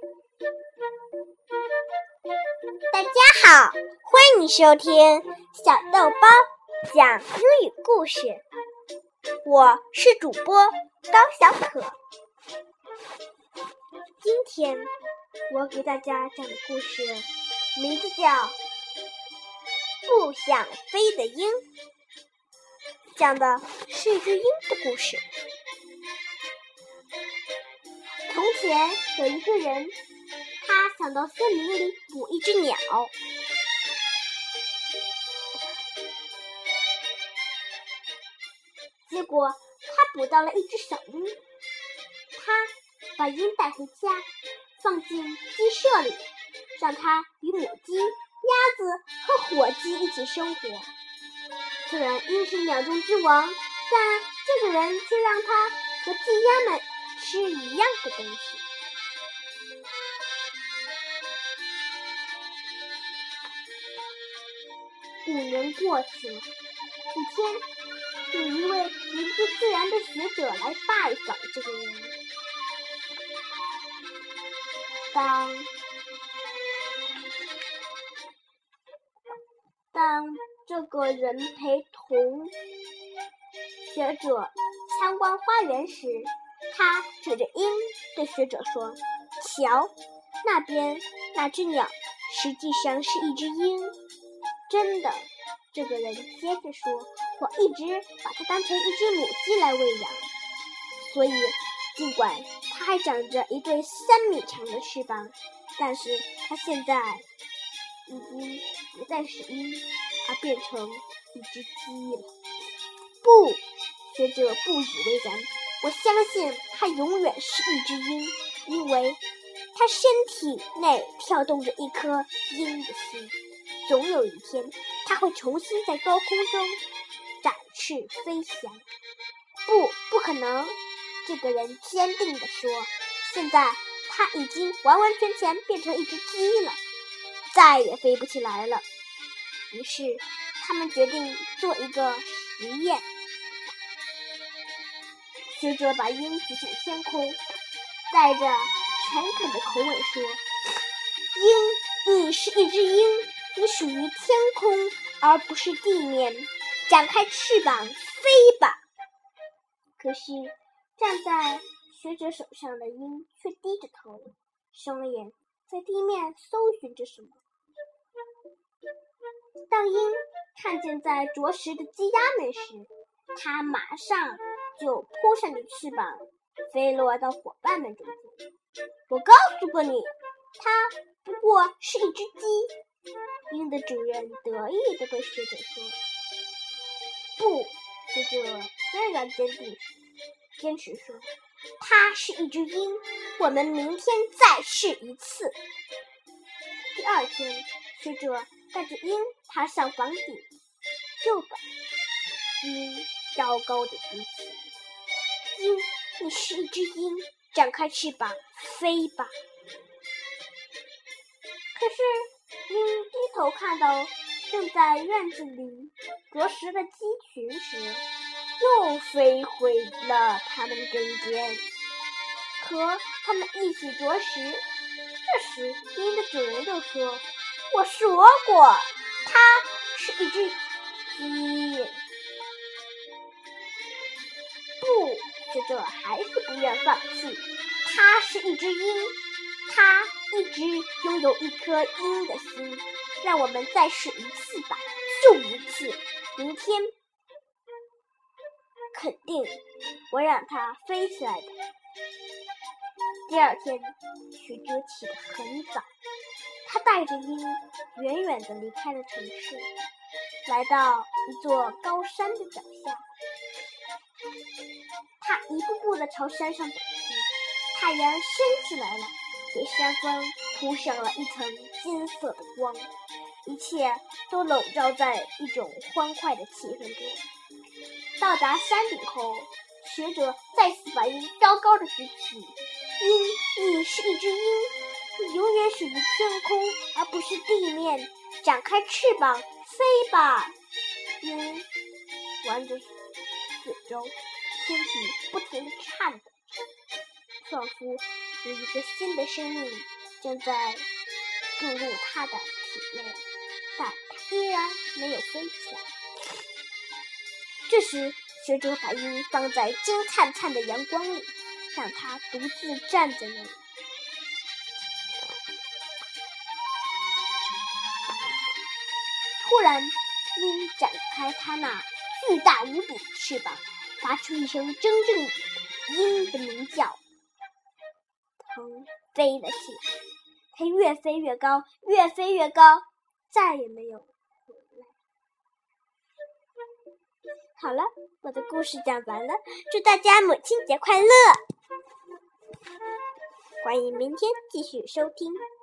大家好，欢迎收听小豆包讲英语故事，我是主播高小可。今天我给大家讲的故事名字叫《不想飞的鹰》，讲的是一只鹰的故事。从前有一个人，他想到森林里捕一只鸟，结果他捕到了一只小鹰。他把鹰带回家，放进鸡舍里，让它与母鸡、鸭子和火鸡一起生活。虽然鹰是鸟中之王，但这个人却让它和鸡鸭们吃一样的东西。5年过去了，一天，有一位研究自然的学者来拜访这个人。当这个人陪同学者参观花园时，他指着鹰对学者说：“瞧，那边那只鸟实际上是一只鹰。”真的，这个人接着说：“我一直把它当成一只母鸡来喂养，所以尽管它还长着一对3米长的翅膀，但是它现在已经不再是鹰，而变成一只鸡了。”不，学者不以为然，我相信它永远是一只鹰，因为它身体内跳动着一颗鹰的心。总有一天，它会重新在高空中展翅飞翔。不可能，这个人坚定地说。现在它已经完完全全变成一只鸡了，再也飞不起来了。于是他们决定做一个实验。学者把鹰举向天空，带着诚恳的口吻说：“鹰，你是一只鹰，你属于天空而不是地面，展开翅膀飞吧。”可是站在学者手上的鹰却低着头，双眼在地面搜寻着什么。当鹰看见在啄食的鸡鸭们时，它马上就扑上着翅膀，飞落到伙伴们中间。我告诉过你，它不过是一只鸡。鹰的主人得意地对学者说。不，学者仍然坚持说，它是一只鹰，我们明天再试一次。第2天，学者带着鹰爬上房顶，就把鹰高高的举起。鹰，你是一只鹰，展开翅膀飞吧。可是鹰低头看到正在院子里啄食的鸡群时，又飞回了它们中间，和它们一起啄食。这时鹰的主人就说：“我说过，它是一只鸡。”不，学者还是不愿放弃。它是一只鹰，它一直拥有一颗鹰的心。让我们再试一次吧，就一次。明天肯定我让它飞起来的。第2天，学者起得很早，他带着鹰远远地离开了城市，来到一座高山的脚下。他一步步地朝山上走去，太阳升起来了，给山峰铺上了一层金色的光，一切都笼罩在一种欢快的气氛中。到达山顶后，学者再次把鹰高高的举起。鹰，你是一只鹰，你永远属于天空而不是地面，展开翅膀飞吧。鹰玩着四周，身体不停地颤抖着，仿佛有一个新的生命正在注入它的体内，但它依然没有飞起来。这时，学者把鹰放在金灿灿的阳光里，让它独自站在那里。突然，鹰展开它那巨大无比的翅膀，发出一声真正鹰的鸣叫，腾飞了起来。它越飞越高，越飞越高，再也没有回来。好了，我的故事讲完了，祝大家母亲节快乐！欢迎明天继续收听。